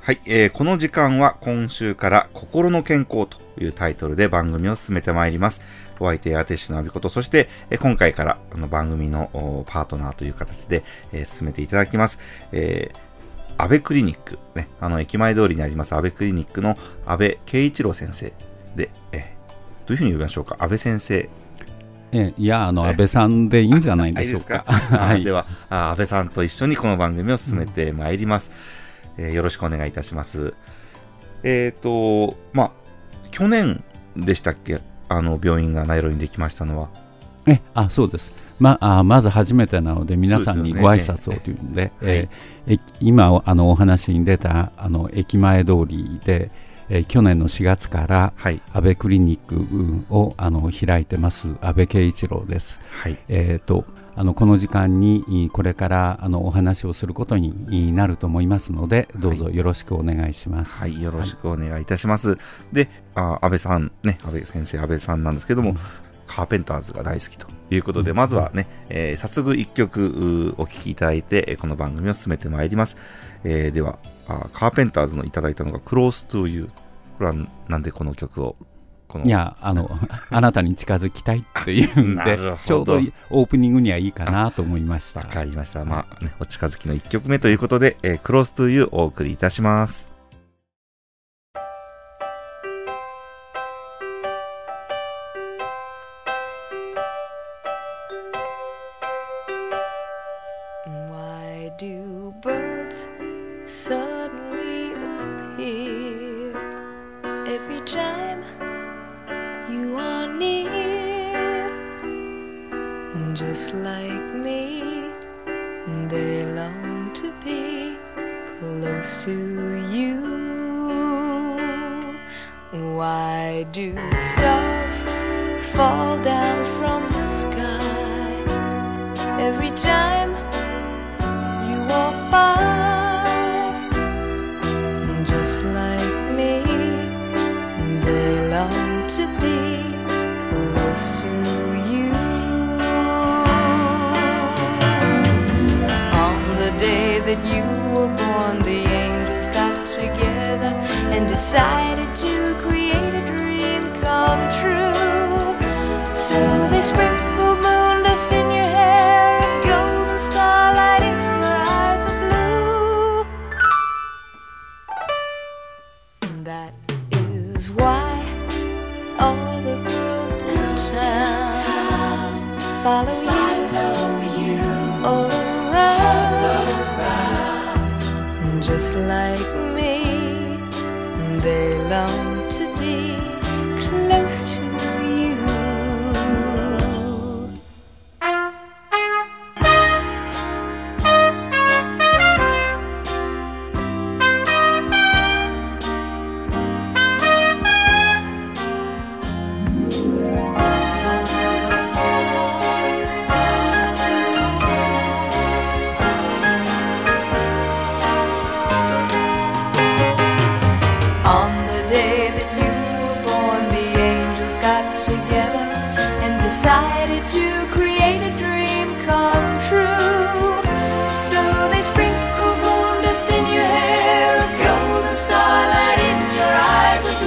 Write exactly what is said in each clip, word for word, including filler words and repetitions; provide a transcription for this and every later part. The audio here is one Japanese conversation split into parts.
はい、えー、この時間は今週から心の健康というタイトルで番組を進めてまいります。お相手はティッシュのあびこと、そして、えー、今回からあの番組のパートナーという形で、えー、進めていただきます。えー、安倍クリニック、ね、あの駅前通りにあります安倍クリニックの安倍圭一郎先生で、えー、どういうふうに呼びましょうか。安倍先生。 えいやあの安倍さんでいいんじゃないでしょうか。 はい、では安倍さんと一緒にこの番組を進めてまいります。うん、えー、よろしくお願いいたします。えっ、ー、とまあ去年でしたっけ、あの病院が名寄にできましたのは。 えあそうです。まあまず初めてなので皆さんにご挨拶をというので、えーえ今あのお話に出たあの駅前通りで。えー、去年のしがつから安倍クリニックをあの開いてます安倍圭一郎です。はい、えー、とあのこの時間にこれからあのお話をすることになると思いますので、どうぞよろしくお願いします。 はい、はい、よろしくお願いいたします。はい、であ安倍さんね、安倍先生安倍さんなんですけども、うん、カーペンターズが大好きということで、うん、まずはね、えー、早速一曲お聴きいただいてこの番組を進めてまいります。えー、ではあカーペンターズのいただいたのが Close to You。 これはなんでこの曲をこのいやあのあなたに近づきたいっていうんでちょうどオープニングにはいいかなと思いました。 わかりました。まあね、お近づきのいっきょくめということで、えー、Close to You お送りいたします。 Why do birds suddenly appear every time you are near? Just like me, they long to be close to you. Why do stars fall down from the sky every time you walk by? Just like me, they long to be close to you. On the day that you were born, the angels got together and decided to create a dream come true. So they sprinkled moon dust in your hair and golden starlight in your eyes of blue. That is why all the girls in town follow you, follow you all around. Just like me, they long to be close to you. Decided to create a dream come true. So they sprinkled moon dust in your hair, a golden starlight in your eyes of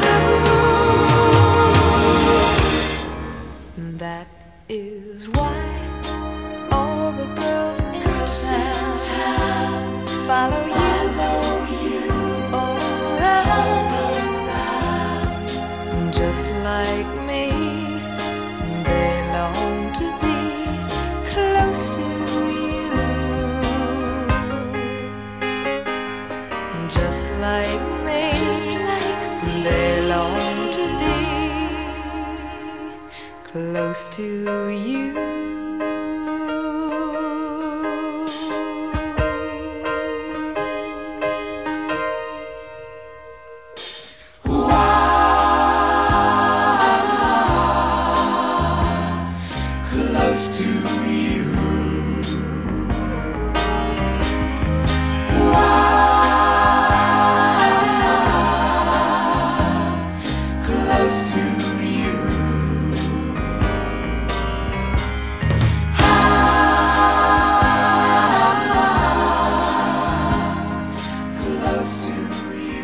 blue. That is why all the girls in town follow you all around. Just like me, to be close to you. Just like me, just like me, they long to be close to you. Close to you.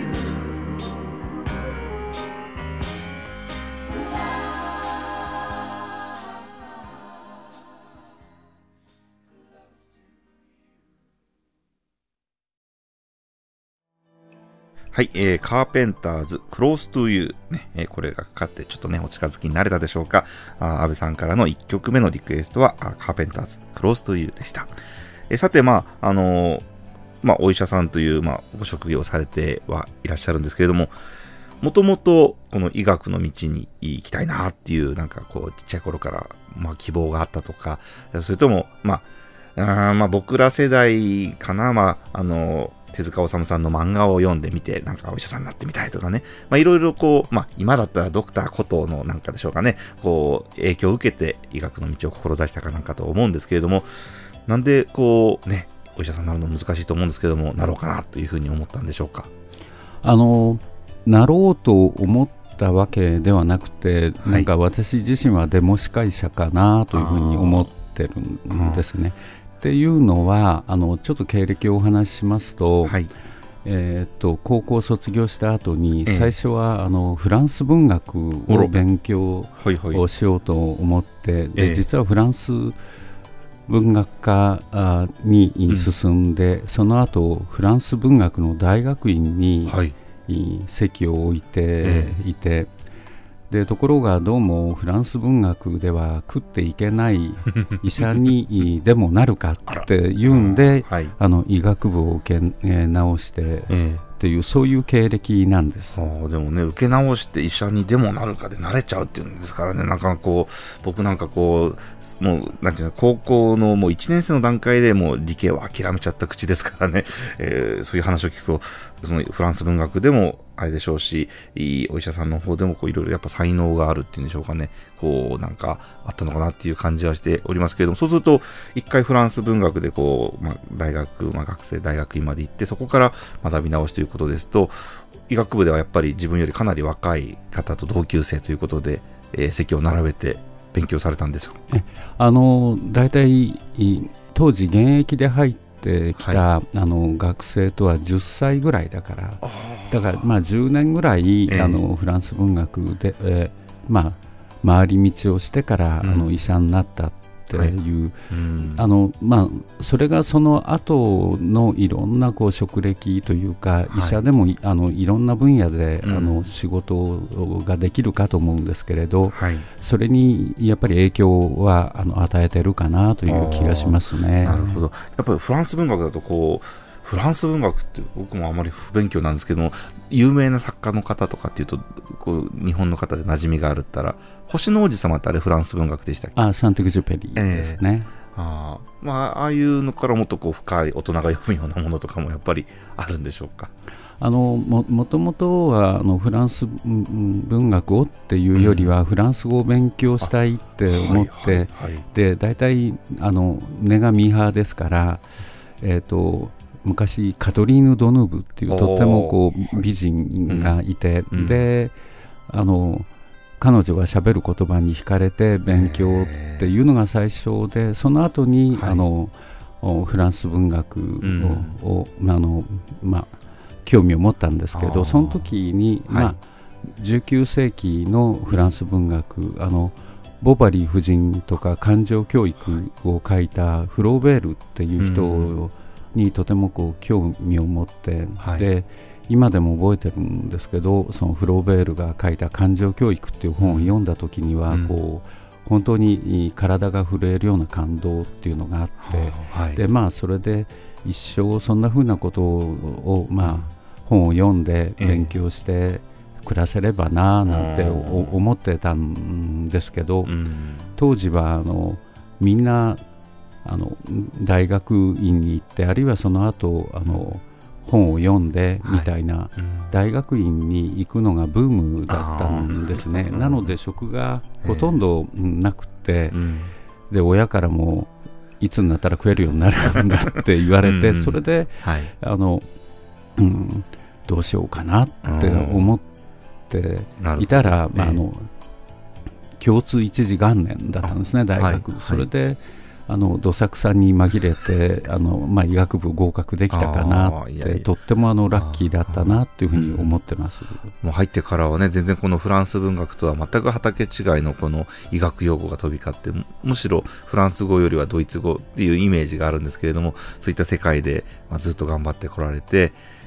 はい、えー、カーペンターズ、クローストゥーユー、ね、えー、これがかかってちょっとね、お近づきになれたでしょうか。あ、安部さんからのいっきょくめのリクエストは、カーペンターズ、クローストゥーユーでした。えー、さて、まあ、あのー、まあ、お医者さんという、まあ、ご職業をされてはいらっしゃるんですけれども、もともと、この医学の道に行きたいなっていう、なんかこう、ちっちゃい頃から、まあ、希望があったとか、それとも、まあ、あまあ、僕ら世代かな、まあ、あのー、手塚治虫さんの漫画を読んでみて、なんかお医者さんになってみたいとかね。まあいろいろこう、まあ今だったらドクターコトーのなんかでしょうかね。こう、影響を受けて医学の道を志したかなんかと思うんですけれども、なんでこう、ね、お医者さんになるの難しいと思うんですけども、なろうかなというふうに思ったんでしょうか。 あの、なろうと思ったわけではなくて、はい、なんか私自身はデモ司会者かなというふうに思ってるんですね。っていうのはあのちょっと経歴をお話ししますと、はい、えー、と高校卒業した後に、ええ、最初はあのフランス文学を勉強をしようと思って、はいはい、で実はフランス文学科に進んで、うん、その後フランス文学の大学院に、はい、籍を置いていて、ええでところがどうもフランス文学では食っていけない医者にでもなるかっていうんであ、はい、あの医学部を受け、えー、直してっていう、えー、そういう経歴なんです。 あでもね、受け直して医者にでもなるかでなれちゃうっていうんですからね。なんかこう僕なんかこうもうなんていうの、高校のもういちねん生の段階でもう理系を諦めちゃった口ですからね、えー、そういう話を聞くとそのフランス文学でもあれでしょうし、いいお医者さんの方でもこういろいろやっぱ才能があるっていうんでしょうかね、こうなんかあったのかなっていう感じはしておりますけれども、そうすると一回フランス文学でこう、まあ、大学、まあ、学生大学院まで行ってそこから学び直しということですと、医学部ではやっぱり自分よりかなり若い方と同級生ということで、えー、席を並べて勉強されたんですよ。 えあの大体当時現役で入ってきた、はい、あの学生とはじゅっさいぐらいだからだからまあじゅうねんぐらい、えー、あのフランス文学で、えー、まあ回り道をしてから、うん、あの医者になったっていう、はい、うんあのまあ、それがその後のいろんなこう職歴というか、はい、医者でも い, あのいろんな分野で、うん、あの仕事ができるかと思うんですけれど、はい、それにやっぱり影響はあの与えてるかなという気がしますね。 なるほど。やっぱりフランス文学だとこうフランス文学って僕もあまり不勉強なんですけども、有名な作家の方とかっていうとこう日本の方で馴染みがあるったら星の王子様ってあれフランス文学でしたっけ？ あサンテグジュペリーですね、 えー、あ, まあ、ああいうのからもっとこう深い大人が読むようなものとかもやっぱりあるんでしょうか？ あの も, もともとはあのフランス文学をっていうよりは、うん、フランス語を勉強したいって思って、はいはいはい、で大体あの根がミーハーですから、えーと昔カトリーヌ・ドヌーブっていうとってもこう美人がいて、うん、であの彼女が喋る言葉に惹かれて勉強っていうのが最初で、その後に、はい、あのフランス文学を、うん、あのまあ、興味を持ったんですけど、その時に、まあはい、じゅうきゅうせいきのフランス文学、あのボバリー夫人とか感情教育を書いたフローベールっていう人を、うんにとてもこう興味を持って、はい、で今でも覚えてるんですけど、そのフローベールが書いた感情教育っていう本を読んだ時には、うん、こう本当に体が震えるような感動っていうのがあって、はい、でまあそれで一生そんな風なことを、まあ、本を読んで勉強して暮らせればななんて思ってたんですけど、うん、当時はあのみんなあの大学院に行って、あるいはその後あの本を読んでみたいな、はいうん、大学院に行くのがブームだったんですね。なので職がほとんどなくて、うん、で親からもいつになったら食えるようになるんだって言われて、それで、はい、あのうん、どうしようかなって思っていたら、まあ、あの共通一次元年だったんですね、大学、はい、それであのどさくさんに紛れてあの、まあ、医学部合格できたかなって、いやいやとってもあのラッキーだったなというふうに思ってます。 もう入ってからはね、全然このフランス文学とは全く畑違いのこの医学用語が飛び交って、むしろフランス語よりはドイツ語っていうイメージがあるんですけれども、そういった世界で、まあ、ずっと頑張ってこられて、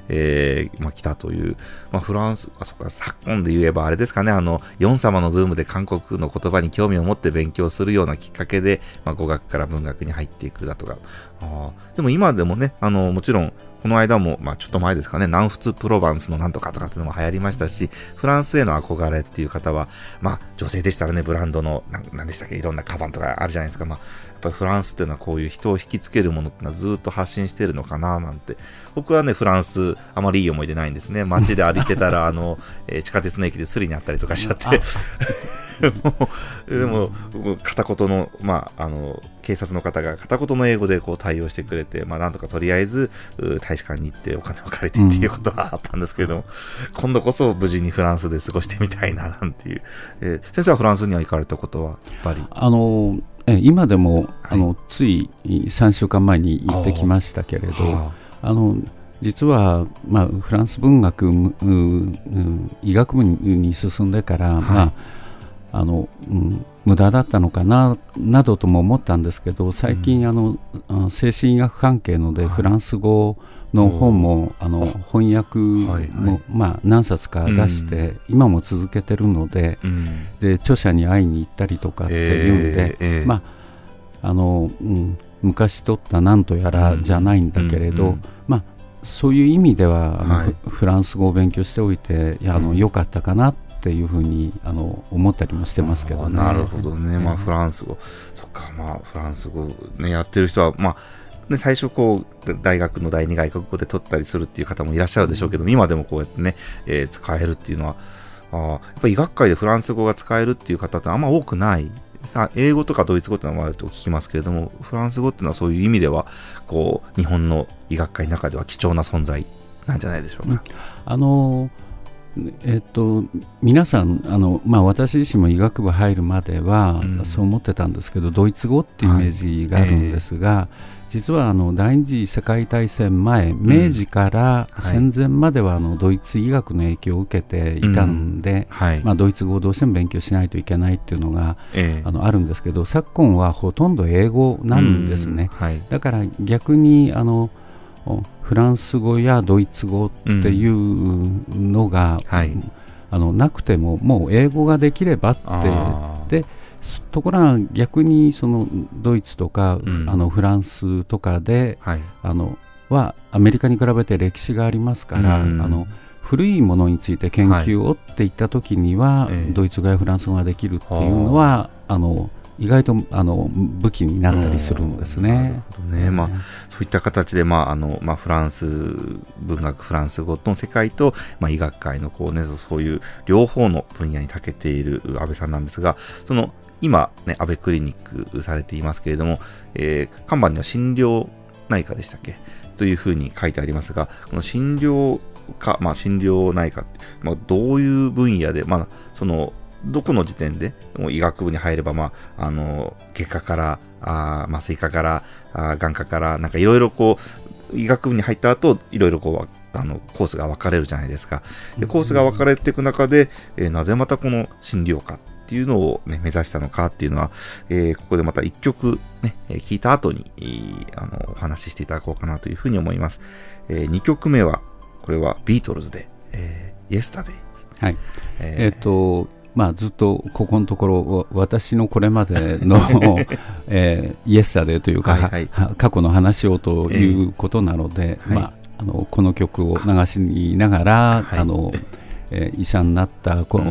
えーまあ、来たという、まあ、フランス、あ、そっか、昨今で言えばあれですかね、あの、ヨン様のブームで韓国の言葉に興味を持って勉強するようなきっかけで、まあ、語学から文学に入っていくだとか。あでも今でもね、あの、もちろん、この間も、まあちょっと前ですかね、南仏プロヴァンスのなんとかとかっていうのも流行りましたし、フランスへの憧れっていう方は、まあ女性でしたらね、ブランドの、ななんでしたっけ、いろんなカバンとかあるじゃないですか。まあ、やっぱりフランスっていうのはこういう人を引きつけるものっていうのはずっと発信してるのかななんて。僕はね、フランス、あまりいい思い出ないんですね。街で歩いてたら、あの、えー、地下鉄の駅でスリにあったりとかしちゃって。もうでも片言の、まあ、あの警察の方が片言の英語でこう対応してくれて、まあ、なんとかとりあえず大使館に行ってお金を借りてっていうことはあったんですけれども、うん、今度こそ無事にフランスで過ごしてみたいななんていう、えー、先生はフランスには行かれたことはやっぱりあのえ今でも、はい、あのついさんしゅうかんまえに行ってきましたけれど、ああの実は、まあ、フランス文学、うう医学部に進んでから、はい、まああのうん、無駄だったのかななどとも思ったんですけど、最近、うん、あの精神医学関係ので、はい、フランス語の本もあの翻訳も、はいはい、まあ、何冊か出して、うん、今も続けてるので、うん、で著者に会いに行ったりとかっていうんで、えーえー、まああのうん、昔取ったなんとやらじゃないんだけれど、うんうん、まあ、そういう意味ではあの、はい、フランス語を勉強しておいていやあの、うん、良かったかなっていうふうにあの思ったりもしてますけどね。 なるほどね、まあ、フランス語、そっか、まあ、フランス語、ね、やってる人は、まあね、最初こう大学の第二外国語で取ったりするっていう方もいらっしゃるでしょうけど、うん、今でもこうやってね、えー、使えるっていうのは、あやっぱり医学界でフランス語が使えるっていう方ってあんま多くない。さ英語とかドイツ語っていうのはあると聞きますけれども、フランス語っていうのはそういう意味ではこう日本の医学界の中では貴重な存在なんじゃないでしょうか。うん、 あのえっと、皆さんあの、まあ、私自身も医学部入るまでは、うん、そう思ってたんですけど、ドイツ語っていうイメージがあるんですが、はいえー実はあの第二次世界大戦前、明治から戦前まではあのドイツ医学の影響を受けていたんで、うんはいまあ、ドイツ語をどうしても勉強しないといけないっていうのが、えー、あのあるんですけど、昨今はほとんど英語なんですね、うんはい、だから逆にあのフランス語やドイツ語っていうのが、うんはい、あのなくてももう英語ができればってでところが逆にそのドイツとか、うん、あのフランスとかで、はい、あのはアメリカに比べて歴史がありますから、うん、あの古いものについて研究をっていった時には、はい、ドイツ語やフランス語ができるっていうのは、えー、あの意外とあの武器になったりするんですね。なるほどね、 まあ、そういった形で、まああのまあ、フランス文学フランス語の世界と、まあ、医学界のこう、ね、そういう両方の分野に長けている安倍さんなんですが、その今、ね、安倍クリニックされていますけれども、えー、看板には診療内科でしたっけというふうに書いてありますが、この診療科、まあ、診療内科、まあ、どういう分野で、まあ、そのどこの時点で医学部に入れば、まあ、あの外科からあ麻酔科からあ眼科からなんかいろいろこう医学部に入った後いろいろこうあのコースが分かれるじゃないですか。でコースが分かれていく中で、えー、なぜまたこの診療科っていうのを、ね、目指したのかっていうのは、えー、ここでまた一曲、ね、聞いた後にあのお話ししていただこうかなというふうに思います。えー、にきょくめはこれはビートルズで、えー、Yesterday。 はい。えー、えーとまあ、ずっとここのところ私のこれまでの、えー、Yesterday というか、はいはい、過去の話をということなので、えーまあ、あのこの曲を流しながら、はい、あのえー、医者になったこ、うん、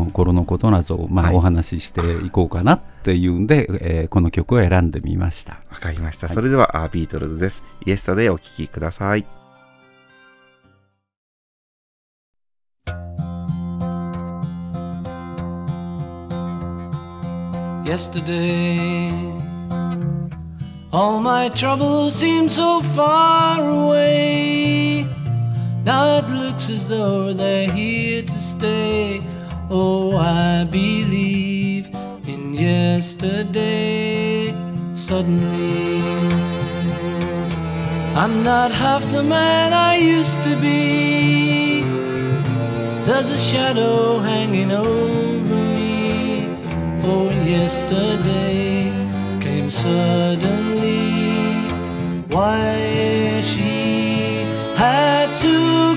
頃のことなどを、まあはい、お話ししていこうかなっていうんで、えー、この曲を選んでみました。 わかりました、はい、それではビートルズです。イエスタデーお聴きください。 Yesterday, all my troubles seem so far away. Now it looks as though they're here to stay. Oh, I believe in yesterday. Suddenly, I'm not half the man I used to be. There's a shadow hanging over me. Oh, yesterday came suddenly. Why she had to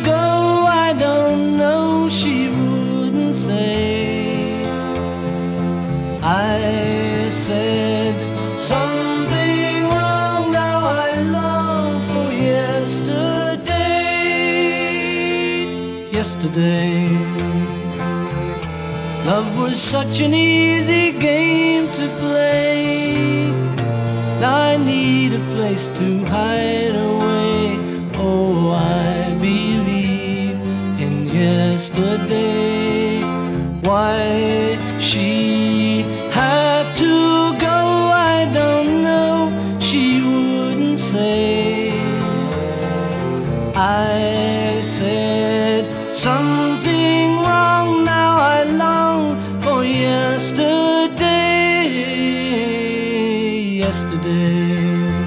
something wrong. Now I long for yesterday. Yesterday, love was such an easy game to play. Now I need a place to hide away. Oh, I believe in yesterday. Why she had to go, I don't know. She wouldn't say. I said something wrong. Now I long for yesterday. Yesterday,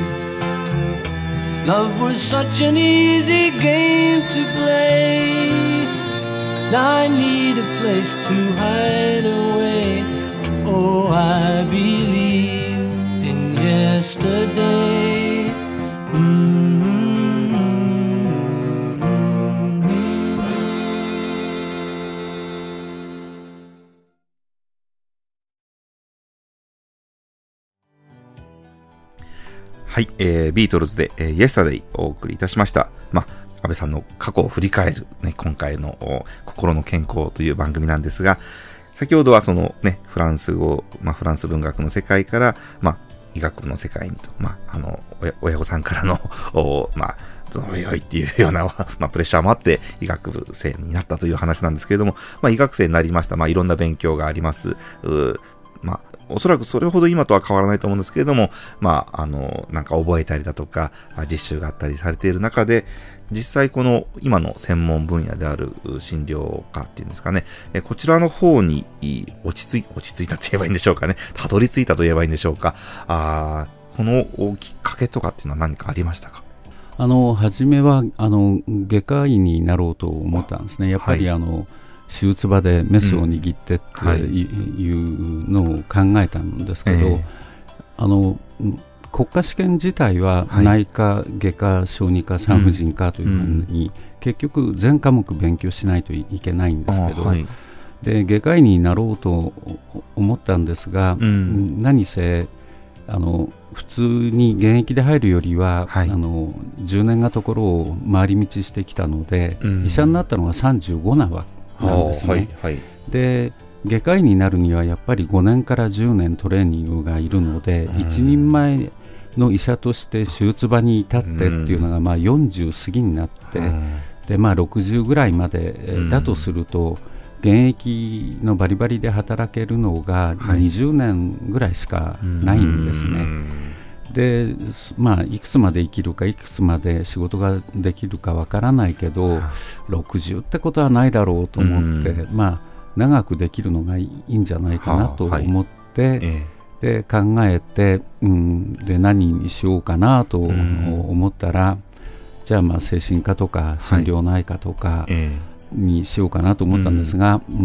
love was such an easy game to play. Now I need a place to hide away. Oh, I believe in yesterday. Mm-hmm. はい、えー、ビートルズで、えー、Yesterday をお送りいたしました。まあ、安倍さんの過去を振り返る、ね、今回の心の健康という番組なんですが、先ほどはそのね、フランス語、まあ、フランス文学の世界から、まあ、医学部の世界にと、まあ、あの、親御さんからの、まあ、おいおいっていうような、まあ、プレッシャーもあって医学部生になったという話なんですけれども、まあ、医学生になりました。まあ、いろんな勉強があります。まあ、おそらくそれほど今とは変わらないと思うんですけれども、まあ、あの、なんか覚えたりだとか、実習があったりされている中で、実際この今の専門分野である診療科っていうんですかね、こちらの方に落ち着い、落ち着いたと言えばいいんでしょうかね、たどり着いたと言えばいいんでしょうか。あ、このきっかけとかっていうのは何かありましたか？ あの、初めは、あの、外科医になろうと思ったんですね。やっぱり、はい、あの、手術場でメスを握ってっていうのを考えたんですけど、うんはい、あの国家試験自体は内科、はい、外科、小児科、産婦人科というふうに、うん、結局全科目勉強しないといけないんですけど、はい、で外科医になろうと思ったんですが、うん、何せあの普通に現役で入るよりは、はい、あのじゅうねんがところを回り道してきたので、うん、医者になったのがさんじゅうごなわけなんですね。はいはい、で外科医になるにはやっぱりごねんからじゅうねんトレーニングがいるので、うん、一人前の医者として手術場に至ってっていうのが、まあよんじゅう過ぎになって、うん、でまあろくじゅうぐらいまでだとすると、うん、現役のバリバリで働けるのがにじゅうねんぐらいしかないんですね。はい、でまあ、いくつまで生きるかいくつまで仕事ができるかわからないけどろくじゅうってことはないだろうと思って、うん、まあ、長くできるのがいいんじゃないかなと思って、はい、で考えて、うん、で何にしようかなと思ったら、うん、じゃあ、まあ精神科とか心療内科とかにしようかなと思ったんですが、うんうん、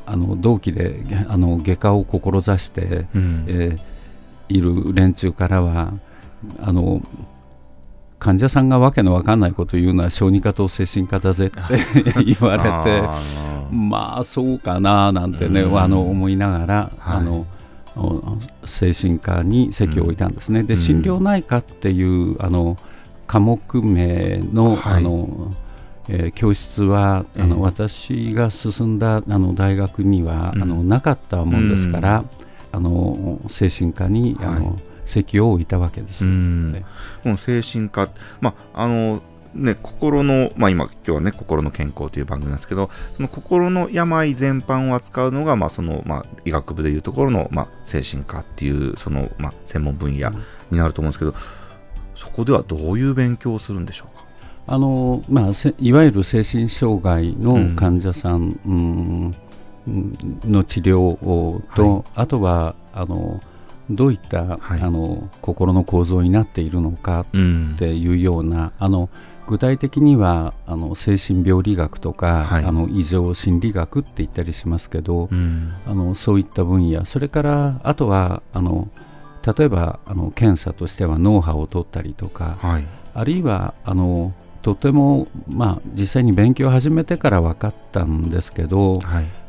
あの同期であの外科を志して、うん、えーいる連中からはあの患者さんがわけのわかんないことを言うのは小児科と精神科だぜって言われてまあそうかななんてね、うん、あの思いながら、はい、あの精神科に席を置いたんですね。で心療内科っていうあの科目名の、はい、あのえー、教室はあの、えー、私が進んだあの大学には、うん、あのなかったもんですから、うん、あの精神科に、はい、あの席を置いたわけです。うん、 ね、この精神科、まああのね、心の、まあ、今今日はね心の健康という番組なんですけど、その心の病全般を扱うのが、まあそのまあ、医学部でいうところの、まあ、精神科っていうその、まあ、専門分野になると思うんですけど、そこではどういう勉強をするんでしょうか。 あのまあ、いわゆる精神障害の患者さん、うんうん、の治療と、はい、あとはあのどういった、はい、あの心の構造になっているのかっていうような、うん、あの具体的にはあの精神病理学とか、はい、あの異常心理学って言ったりしますけど、うん、あのそういった分野、それからあとはあの例えばあの検査としては脳波を取ったりとか、はい、あるいはあのとても、まあ、実際に勉強を始めてから分かったんですけど、はい、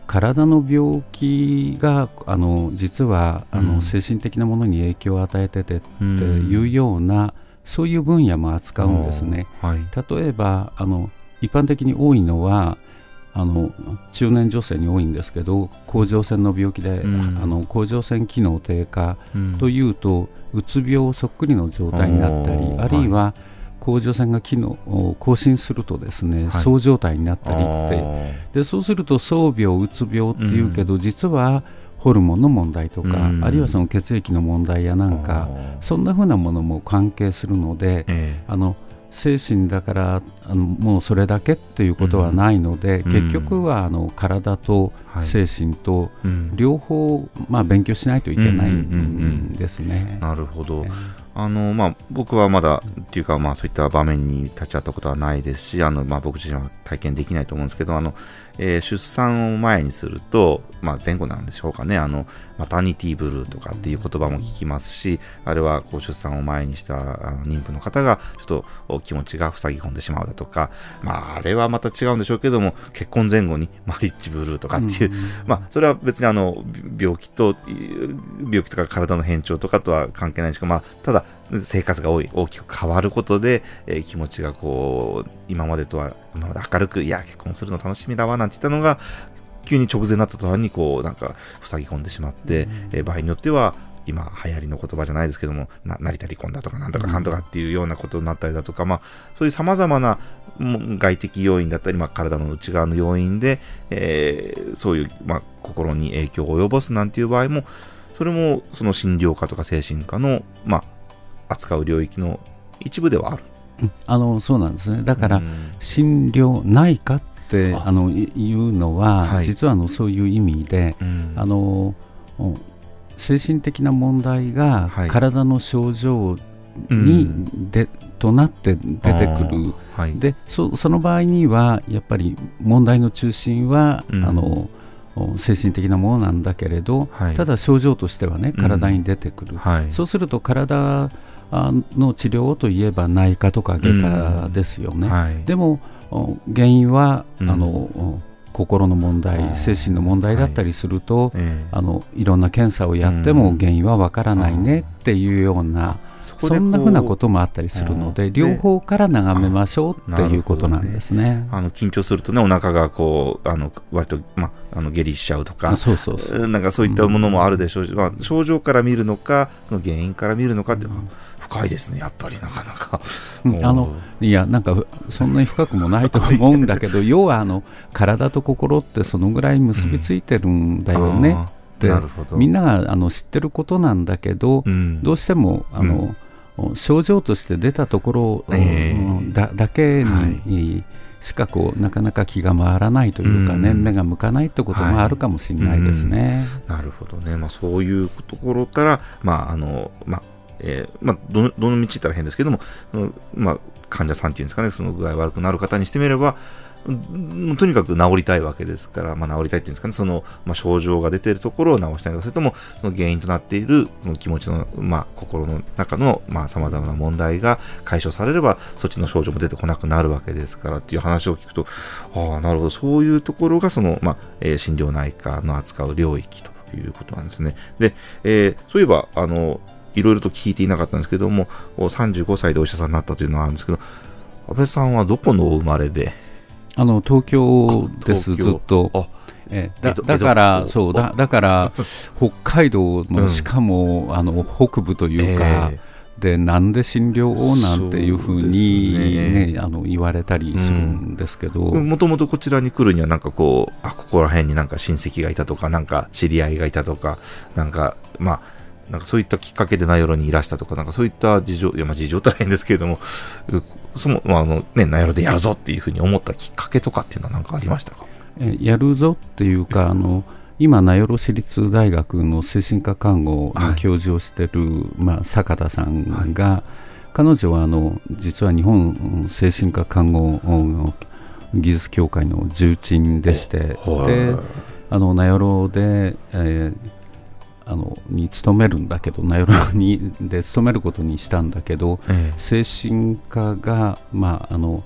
体の病気があの実はあの、 うん、 精神的なものに影響を与えててっていうような、うん、そういう分野も扱うんですね、はい、例えばあの一般的に多いのはあの中年女性に多いんですけど、甲状腺の病気で、うん、あの甲状腺機能低下というと、うん、うつ病そっくりの状態になったり、あるいは、はい、甲状腺が機能を更新するとですね、はい、そう状態になったりってで、そうすると躁病うつ病っていうけど、うん、実はホルモンの問題とか、うん、あるいはその血液の問題やなんか、そんなふうなものも関係するので、えー、あの精神だからあのもうそれだけっていうことはないので、うん、結局はあの体と精神と両方、まあ、勉強しないといけないんですね。 なるほど。あのまあ、僕はまだっていうか、まあ、そういった場面に立ち会ったことはないですし、あの、まあ、僕自身は体験できないと思うんですけど、あの、えー、出産を前にすると、まあ、前後なんでしょうかね、あのマタニティブルーとかっていう言葉も聞きますし、あれはこう出産を前にしたあの妊婦の方がちょっと気持ちが塞ぎ込んでしまうだとか、まあ、あれはまた違うんでしょうけども、結婚前後にマリッジブルーとかっていう、うん、まあ、それは別にあの病気と病気とか体の変調とかとは関係ないんですけど、まあ、ただ生活が大きく変わることで、えー、気持ちがこう今までとは今まで明るく、いや結婚するの楽しみだわなんて言ったのが急に直前になった途端にこうなんか塞ぎ込んでしまって、うん、えー、場合によっては今流行りの言葉じゃないですけども、な成田離婚だとかなんとかかんとかっていうようなことになったりだとか、うん、まあ、そういうさまざまな外的要因だったり、まあ、体の内側の要因で、えー、そういう、まあ、心に影響を及ぼすなんていう場合も、それもその診療科とか精神科の、まあ、扱う領域の一部ではある。 あのそうなんですね。だから、うん、診療内科ってあのいうのは、はい、実はあのそういう意味で、うん、あの精神的な問題が体の症状にで、うん、となって出てくる、はい、で そ, その場合にはやっぱり問題の中心は、うん、あの精神的なものなんだけれど、はい、ただ症状としてはね体に出てくる、うん、はい、そうすると体の治療といえば内科とか外科ですよね、うん、はい、でも原因は、うん、あの心の問題、精神の問題だったりすると、はい、えー、あのいろんな検査をやっても原因はわからないねっていうような、うん、そんなふうなこともあったりするので、両方から眺めましょうっていうことなんですね。 ね、あの緊張するとね、お腹がこうあの割と、ま、あの下痢しちゃうとか、そうそうそう、なんかそういったものもあるでしょうし、うん、まあ、症状から見るのかその原因から見るのかって、うん、深いですね、やっぱりなかなか、 うん、あのいやなんかそんなに深くもないと思うんだけど要はあの体と心ってそのぐらい結びついてるんだよね、うん、ってみんながあの知ってることなんだけど、うん、どうしてもあの、うん、症状として出たところ、えー、だ, だけに、はい、しかこうなかなか気が回らないというかね、うん、目が向かないってこともあるかもしれないですね、 はい、うん、なるほどね、まあ、そういうところから、まああのまあえーまあ、どの、どの道行ったら変ですけども、まあ、患者さんっていうんですかね、その具合悪くなる方にしてみれば、とにかく治りたいわけですから、まあ、治りたいっていうんですかね、その、まあ、症状が出ているところを治したいのか、それともその原因となっているその気持ちの、まあ、心の中のさまざまな問題が解消されればそっちの症状も出てこなくなるわけですからっていう話を聞くと、ああなるほど、そういうところがその、まあえー、心療内科の扱う領域ということなんですね。で、えー、そういえばあのいろいろと聞いていなかったんですけども、さんじゅうごさいでお医者さんになったというのがあるんですけど、安倍さんはどこのお生まれで？ あの東京です、ずっと。えだ, だからそうだだから北海道の、うん、しかもあの北部というか、えー、でなんで診療をなんていうふうに、ねね、あの言われたりするんですけど、 もともとこちらに来るにはなんかこう、あここら辺になんか親戚がいたとか、なんか知り合いがいたとか、なんかまあなんかそういったきっかけで名寄にいらしたとか、なんかそういった事情、いやまあ事情大変ですけれども、その、まああのね、名寄でやるぞっていうふうに思ったきっかけとかっていうのは何かありましたか？ えやるぞっていうか、あの今名寄市立大学の精神科看護の教授をしている、はい、まあ、坂田さんが、はい、彼女はあの実は日本精神科看護技術協会の重鎮でして、であの名寄で、えーあのに勤めるんだけど、名寄にで勤めることにしたんだけど、ええ、精神科が、まあ、あの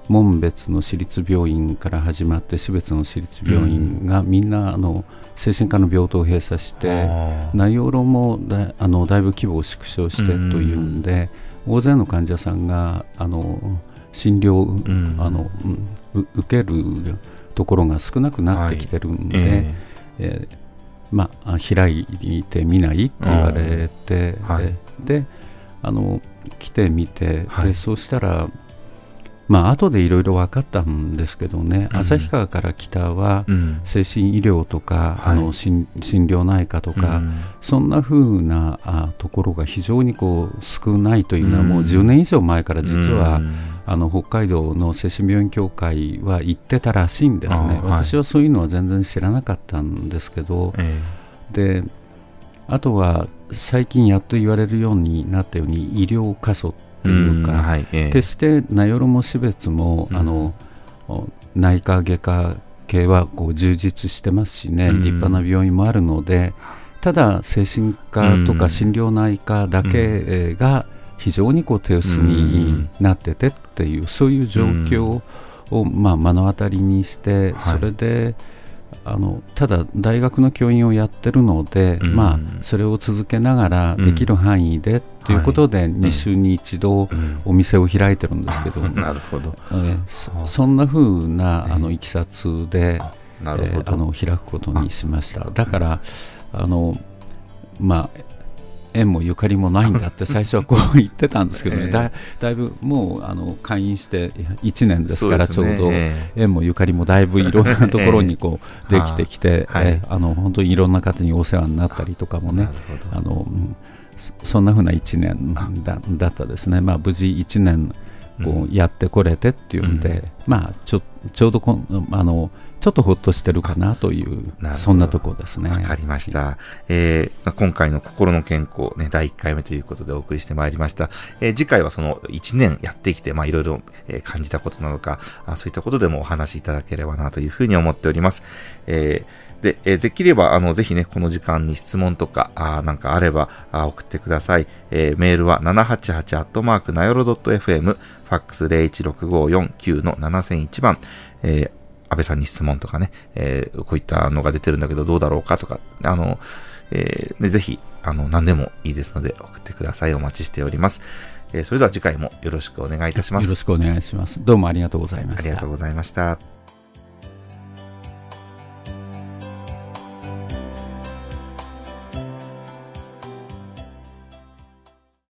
紋別の私立病院から始まって標別の私立病院がみんなあの精神科の病棟を閉鎖して、名寄もだあのだいぶ規模を縮小してというんで、大勢の患者さんがあの診療を、うん、あのう受けるところが少なくなってきてるんで、はい、えーえーまあ、開いてみないって言われて、はい、であの来てみて、はい、でそうしたらまあ後でいろいろ分かったんですけどね、うん、旭川から北は精神医療とか、うん、あの診療内科とか、うん、そんな風なあところが非常にこう少ないというのは、うん、もうじゅうねん以上前から実は、うん、あの北海道の精神病院協会は言ってたらしいんですね。私はそういうのは全然知らなかったんですけど、えー、であとは最近やっと言われるようになったように医療過疎っていうか、うんはいえー、決して名寄も標別も、うん、あの内科外科系はこう充実してますしね、うん、立派な病院もあるので、ただ精神科とか心療内科だけが非常にこう手薄になっててっていう、そういう状況をまあ目の当たりにして、それであのただ大学の教員をやってるので、うんまあ、それを続けながらできる範囲で、うん、ということでに週に一度お店を開いてるんですけど、うん、 なるほど、 えー、そ, そんな風なあのいきさつで、えー、えー、あの開くことにしました。だからあの、まあ縁もゆかりもないんだって最初はこう言ってたんですけどね、えー、だ, だいぶもうあの開院していちねんですから、ちょうど縁もゆかりもだいぶいろんなところにこうできてきて、えーはい、あの本当にいろんな方にお世話になったりとかもね、あのそんな風ないちねん だ, だったですね。まあ、無事いちねんこうやってこれてっていうんで、うん、まあ、ちょ, ちょうどこあのちょっとほっとしてるかなという、そんなところですね。 わかりました。えー、今回の心の健康、ね、だいいっかいめということでお送りしてまいりました。えー、次回はそのいちねんやってきて、まあいろいろ感じたことなのか、あそういったことでもお話しいただければなというふうに思っております。えーで、えー、できれば、あの、ぜひね、この時間に質問とか、あなんかあればあ送ってください。えー、メールは ななはちはち アットマーク ナヨロ ドット エフエム、ファックス ゼロいちろくごよんきゅう のななせんいちばん、えー、安倍さんに質問とかね、えー、こういったのが出てるんだけどどうだろうかとか、あの、えー、ね、ぜひ、あの、何でもいいですので送ってください。お待ちしております。えー、それでは次回もよろしくお願いいたします。 よろしくお願いします。どうもありがとうございました。 ありがとうございました。